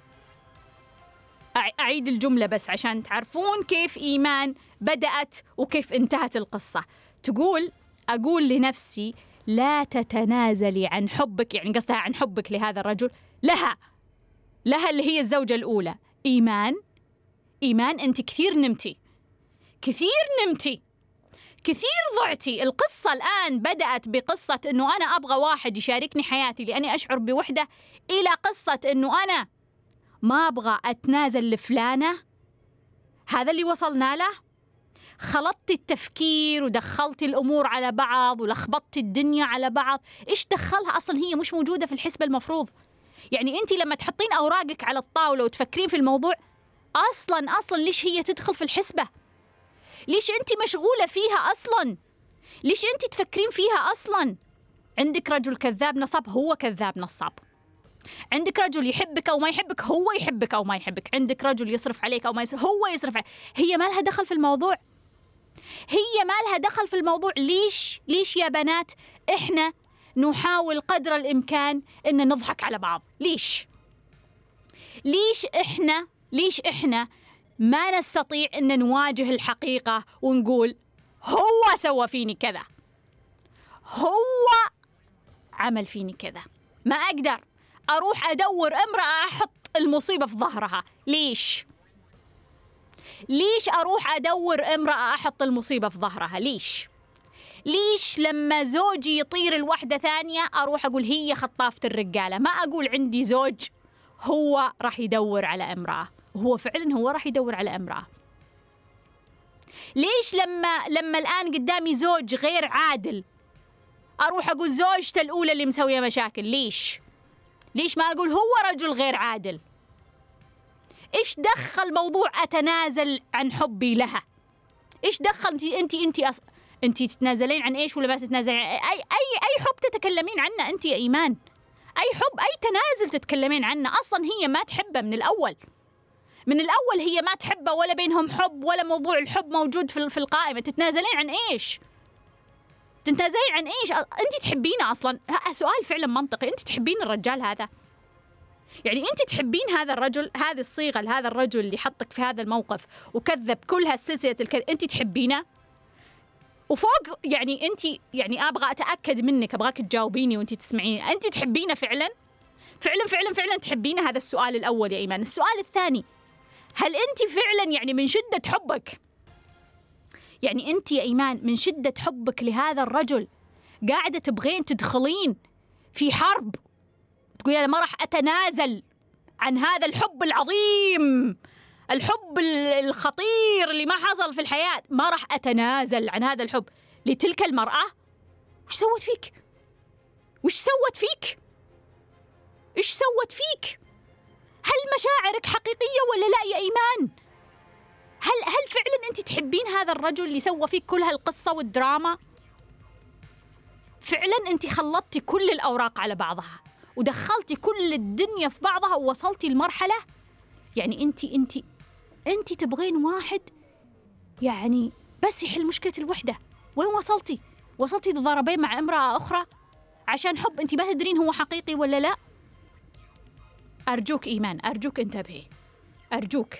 أعيد الجملة بس عشان تعرفون كيف إيمان بدأت وكيف انتهت القصة. تقول أقول لنفسي لا تتنازلي عن حبك، يعني قصدها عن حبك لهذا الرجل، لها لها اللي هي الزوجة الأولى. إيمان إيمان أنت كثير نمتي، كثير نمتي، كثير ضعتي. القصة الآن بدأت بقصة أنه أنا أبغى واحد يشاركني حياتي لأني أشعر بوحدة، إلى قصة أنه أنا ما أبغى أتنازل لفلانة. هذا اللي وصلنا له. خلطت التفكير ودخلت الأمور على بعض ولخبطت الدنيا على بعض. إيش دخلها أصلا؟ هي مش موجودة في الحسبة المفروض. يعني أنت لما تحطين أوراقك على الطاولة وتفكرين في الموضوع، أصلا أصلا ليش هي تدخل في الحسبة؟ ليش أنت مشغولة فيها أصلا؟ ليش أنت تفكرين فيها أصلا؟ عندك رجل كذاب نصاب، هو كذاب نصاب. عندك رجل يحبك أو ما يحبك، هو يحبك أو ما يحبك. عندك رجل يصرف عليك أو ما يصرف، هو يصرف عليك. هي ما لها دخل في الموضوع، هي ما لها دخل في الموضوع. ليش ليش يا بنات إحنا نحاول قدر الإمكان إن نضحك على بعض؟ ليش ليش إحنا ليش إحنا ما نستطيع إن نواجه الحقيقة ونقول هو سوى فيني كذا، هو عمل فيني كذا؟ ما أقدر أروح أدور امرأة أحط المصيبة في ظهرها. ليش ليش أروح أدور امرأة أحط المصيبة في ظهرها؟ ليش ليش لما زوجي يطير الوحدة ثانية أروح أقول هي خطافة الرجالة؟ ما أقول عندي زوج هو راح يدور على امرأة، هو فعلا هو راح يدور على امرأة. ليش لما لما الآن قدامي زوج غير عادل أروح أقول زوجته الأولى اللي مسوية مشاكل؟ ليش ليش ما أقول هو رجل غير عادل؟ إيش دخل موضوع أتنازل عن حبي لها؟ إيش دخل أنت أنت أنت أص... أنت تتنازلين عن إيش ولا ما تتنازلين؟ أي أي أي حب تتكلمين عنه أنت يا إيمان؟ أي حب أي تنازل تتكلمين عنه؟ أصلا هي ما تحبه من الأول، من الأول هي ما تحبه ولا بينهم حب ولا موضوع الحب موجود في في القائمة. تتنازلين عن إيش؟ تتنازلين عن إيش؟ أنت تحبينه أصلا؟ سؤال فعلا منطقي. أنت تحبين الرجال هذا؟ يعني أنت تحبين هذا الرجل، هذه الصيغة لهذا الرجل اللي حطك في هذا الموقف وكذب كل هالسلسلة الكذب، أنت تحبينه؟ وفوق يعني أنت يعني أبغى أتأكد منك، أبغاك تجاوبيني وأنت تسمعيني، أنت تحبينه فعلا؟ فعلا فعلا فعلا تحبينه؟ هذا السؤال الأول يا إيمان. السؤال الثاني، هل أنت فعلا يعني من شدة حبك، يعني أنت يا إيمان من شدة حبك لهذا الرجل قاعدة تبغين تدخلين في حرب تقولي أنا ما راح أتنازل عن هذا الحب العظيم، الحب الخطير اللي ما حصل في الحياة، ما راح أتنازل عن هذا الحب لتلك المرأة؟ وش سوت فيك؟ وش سوت فيك؟ إيش سوت فيك؟ هل مشاعرك حقيقية ولا لا يا إيمان؟ هل هل فعلا أنت تحبين هذا الرجل اللي سوى فيك كل هالقصة والدراما؟ فعلا أنت خلطتي كل الأوراق على بعضها ودخلتي كل الدنيا في بعضها ووصلتي لمرحلة يعني أنت أنت أنت تبغين واحد يعني بس يحل مشكلة الوحدة. وين وصلتي؟ وصلتي تضاربين مع امرأة أخرى عشان حب أنت ما تدرين هو حقيقي ولا لا؟ أرجوك إيمان، أرجوك انتبهي، أرجوك.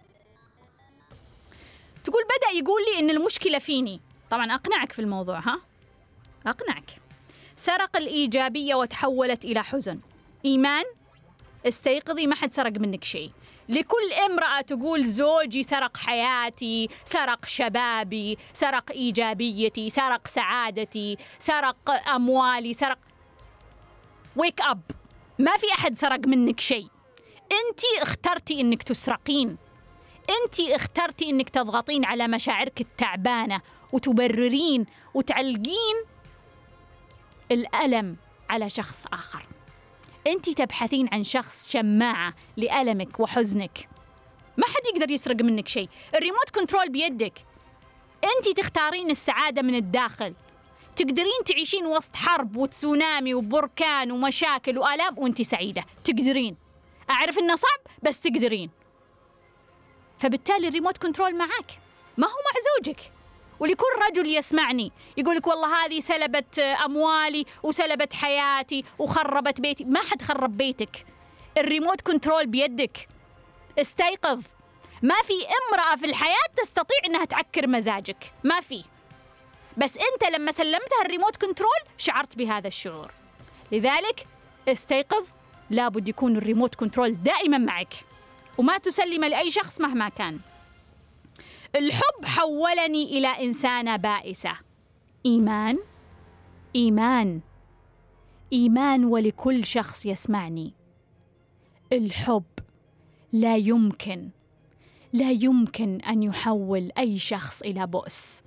تقول بدأ يقول لي إن المشكلة فيني. طبعا أقنعك في الموضوع، ها؟ أقنعك. سرق الإيجابية وتحولت إلى حزن. إيمان استيقظي، ما حد سرق منك شيء. لكل امرأة تقول زوجي سرق حياتي، سرق شبابي، سرق إيجابيتي، سرق سعادتي، سرق أموالي، سرق، ويك أب، ما في أحد سرق منك شيء. أنتي اخترتي إنك تسرقين، أنتي اخترتي إنك تضغطين على مشاعرك التعبانة وتبررين وتعلقين الألم على شخص آخر. أنتي تبحثين عن شخص شماعة لألمك وحزنك. ما حد يقدر يسرق منك شيء، الريموت كنترول بيدك. أنتي تختارين السعادة من الداخل. تقدرين تعيشين وسط حرب وتسونامي وبركان ومشاكل وآلام وأنتي سعيدة، تقدرين. أعرف إنه صعب بس تقدرين. فبالتالي الريموت كنترول معك، ما هو مع زوجك. ولكل رجل يسمعني يقولك والله هذه سلبت أموالي وسلبت حياتي وخربت بيتي، ما حد خرب بيتك، الريموت كنترول بيدك. استيقظ. ما في امرأة في الحياة تستطيع أنها تعكر مزاجك، ما في. بس أنت لما سلمتها الريموت كنترول شعرت بهذا الشعور. لذلك استيقظ، لابد يكون الريموت كنترول دائما معك وما تسلم لأي شخص مهما كان. الحب حولني إلى إنسانة بائسة. إيمان إيمان إيمان ولكل شخص يسمعني، الحب لا يمكن لا يمكن أن يحول أي شخص إلى بؤس.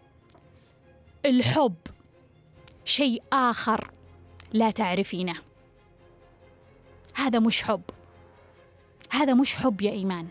الحب شيء آخر لا تعرفينه. هذا مش حب، هذا مش حب يا إيمان.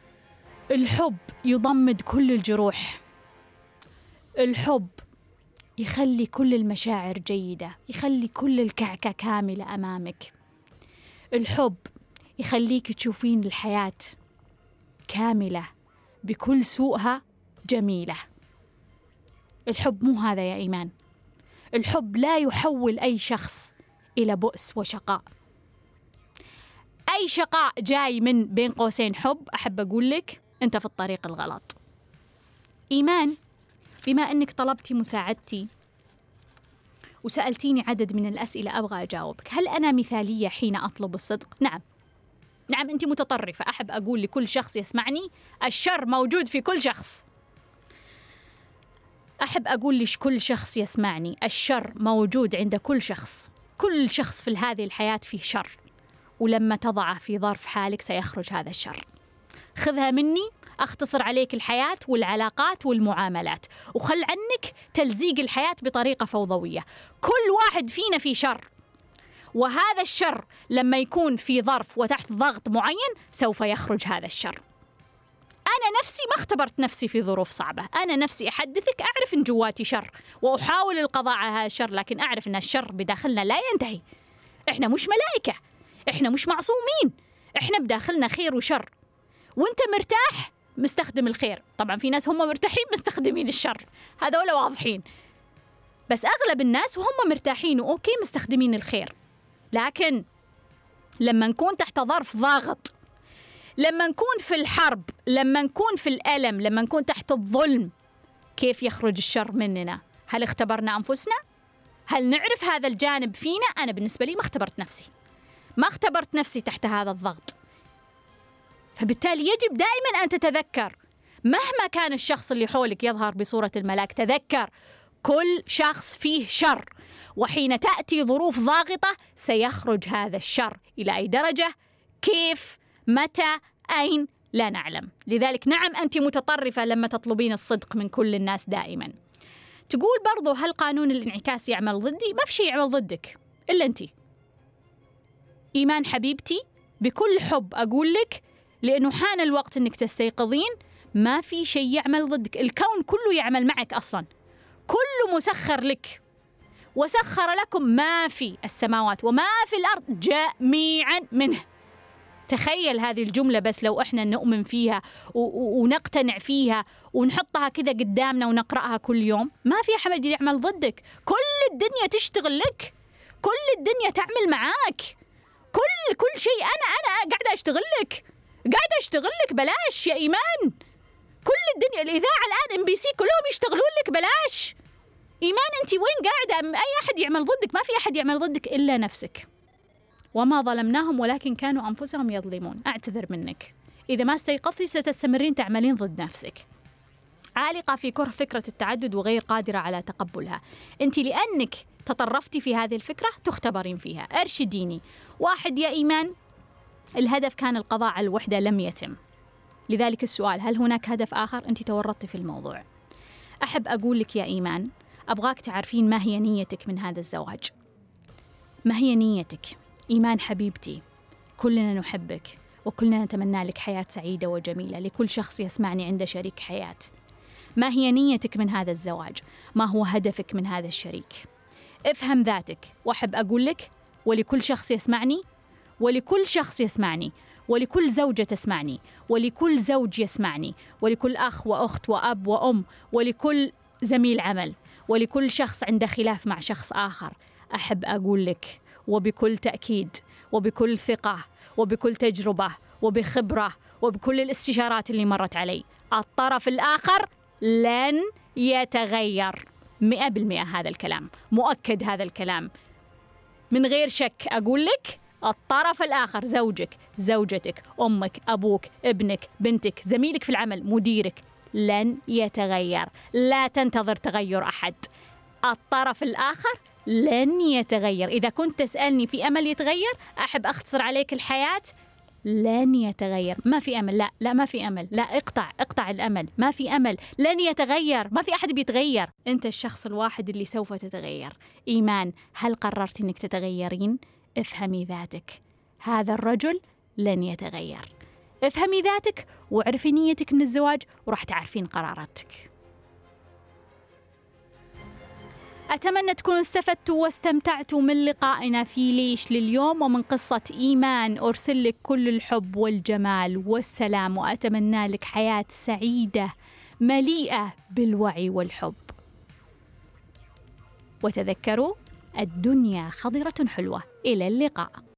الحب يضمد كل الجروح، الحب يخلي كل المشاعر جيدة، يخلي كل الكعكة كاملة أمامك. الحب يخليك تشوفين الحياة كاملة بكل سوءها جميلة. الحب مو هذا يا إيمان. الحب لا يحول أي شخص إلى بؤس وشقاء. أي شقاء جاي من بين قوسين حب، أحب أقول لك أنت في الطريق الغلط. إيمان، بما أنك طلبتي مساعدتي وسألتيني عدد من الأسئلة أبغى أجاوبك. هل أنا مثالية حين أطلب الصدق؟ نعم. نعم أنت متطرفة. أحب أقول لكل شخص يسمعني الشر موجود في كل شخص. أحب أقول لكل شخص يسمعني الشر موجود عند كل شخص. كل شخص في هذه الحياة فيه شر، ولما تضعه في ظرف حالك سيخرج هذا الشر. خذها مني، أختصر عليك الحياة والعلاقات والمعاملات، وخل عنك تلزيق الحياة بطريقة فوضوية. كل واحد فينا في شر، وهذا الشر لما يكون في ظرف وتحت ضغط معين سوف يخرج هذا الشر. أنا نفسي ما اختبرت نفسي في ظروف صعبة. أنا نفسي أحدثك أعرف أن جواتي شر وأحاول القضاء على هذا الشر، لكن أعرف أن الشر بداخلنا لا ينتهي. إحنا مش ملائكة، إحنا مش معصومين، إحنا بداخلنا خير وشر. وأنت مرتاح مستخدم الخير. طبعا في ناس هم مرتاحين مستخدمين الشر، هذول واضحين، بس أغلب الناس وهم مرتاحين وأوكي مستخدمين الخير. لكن لما نكون تحت ظرف ضاغط، لما نكون في الحرب، لما نكون في الألم، لما نكون تحت الظلم، كيف يخرج الشر مننا؟ هل اختبرنا أنفسنا؟ هل نعرف هذا الجانب فينا؟ أنا بالنسبة لي ما اختبرت نفسي، ما اختبرت نفسي تحت هذا الضغط. فبالتالي يجب دائما أن تتذكر مهما كان الشخص اللي حولك يظهر بصورة الملاك، تذكر كل شخص فيه شر، وحين تأتي ظروف ضاغطة سيخرج هذا الشر. إلى أي درجة؟ كيف؟ متى؟ أين؟ لا نعلم. لذلك نعم أنت متطرفة لما تطلبين الصدق من كل الناس دائما. تقول برضو هل قانون الانعكاس يعمل ضدي؟ ما في شيء يعمل ضدك إلا أنت. إيمان حبيبتي، بكل حب أقول لك، لأنه حان الوقت أنك تستيقظين ما في شيء يعمل ضدك. الكون كله يعمل معك أصلا، كله مسخر لك، وسخر لكم ما في السماوات وما في الأرض جميعا منه. تخيل هذه الجملة بس لو إحنا نؤمن فيها ونقتنع فيها ونحطها كذا قدامنا ونقرأها كل يوم. ما في أحد يعمل ضدك، كل الدنيا تشتغل لك، كل الدنيا تعمل معاك، كل كل شيء. أنا أنا قاعدة أشتغل لك، قاعدة أشتغل لك بلاش يا إيمان. كل الدنيا، الإذاعة الآن إم بي سي كلهم يشتغلون لك بلاش. إيمان أنت وين قاعدة؟ أي أحد يعمل ضدك؟ ما في أحد يعمل ضدك إلا نفسك. وما ظلمناهم ولكن كانوا أنفسهم يظلمون. أعتذر منك إذا ما استيقظتي ستستمرين تعملين ضد نفسك. عالقة في كره فكرة التعدد وغير قادرة على تقبلها. أنت لأنك تطرفتي في هذه الفكرة تختبرين فيها. أرشديني. واحد يا إيمان، الهدف كان القضاء على الوحدة لم يتم، لذلك السؤال هل هناك هدف آخر؟ أنت تورطتي في الموضوع. أحب أقول لك يا إيمان، أبغاك تعرفين ما هي نيتك من هذا الزواج. ما هي نيتك؟ إيمان حبيبتي، كلنا نحبك وكلنا نتمنى لك حياة سعيدة وجميلة. لكل شخص يسمعني عنده شريك حياة. ما هي نيتك من هذا الزواج؟ ما هو هدفك من هذا الشريك؟ افهم ذاتك. وأحب أقول لك، ولكل شخص يسمعني، ولكل شخص يسمعني، ولكل زوجة تسمعني، ولكل زوج يسمعني، ولكل أخ وأخت وأب وأم، ولكل زميل عمل، ولكل شخص عنده خلاف مع شخص آخر، أحب أقول لك وبكل تأكيد وبكل ثقة وبكل تجربة وبخبرة وبكل الاستشارات اللي مرت علي، الطرف الآخر لن يتغير. مئة بالمئة هذا الكلام مؤكد، هذا الكلام من غير شك. أقول لك الطرف الآخر، زوجك، زوجتك، أمك، أبوك، ابنك، بنتك، زميلك في العمل، مديرك، لن يتغير. لا تنتظر تغير أحد. الطرف الآخر لن يتغير. إذا كنت تسألني في أمل يتغير، أحب أختصر عليك الحياة، لن يتغير. ما في أمل. لا لا ما في أمل. لا اقطع اقطع الأمل. ما في أمل. لن يتغير. ما في أحد بيتغير. أنت الشخص الواحد اللي سوف تتغير. إيمان، هل قررت أنك تتغيرين؟ افهمي ذاتك. هذا الرجل لن يتغير. افهمي ذاتك واعرفي نيتك من الزواج وراح تعرفين قراراتك. أتمنى تكونوا استفدتوا واستمتعتوا من لقائنا في ليش لليوم ومن قصة إيمان. أرسل لك كل الحب والجمال والسلام، وأتمنى لك حياة سعيدة مليئة بالوعي والحب. وتذكروا، الدنيا خضرة حلوة. إلى اللقاء.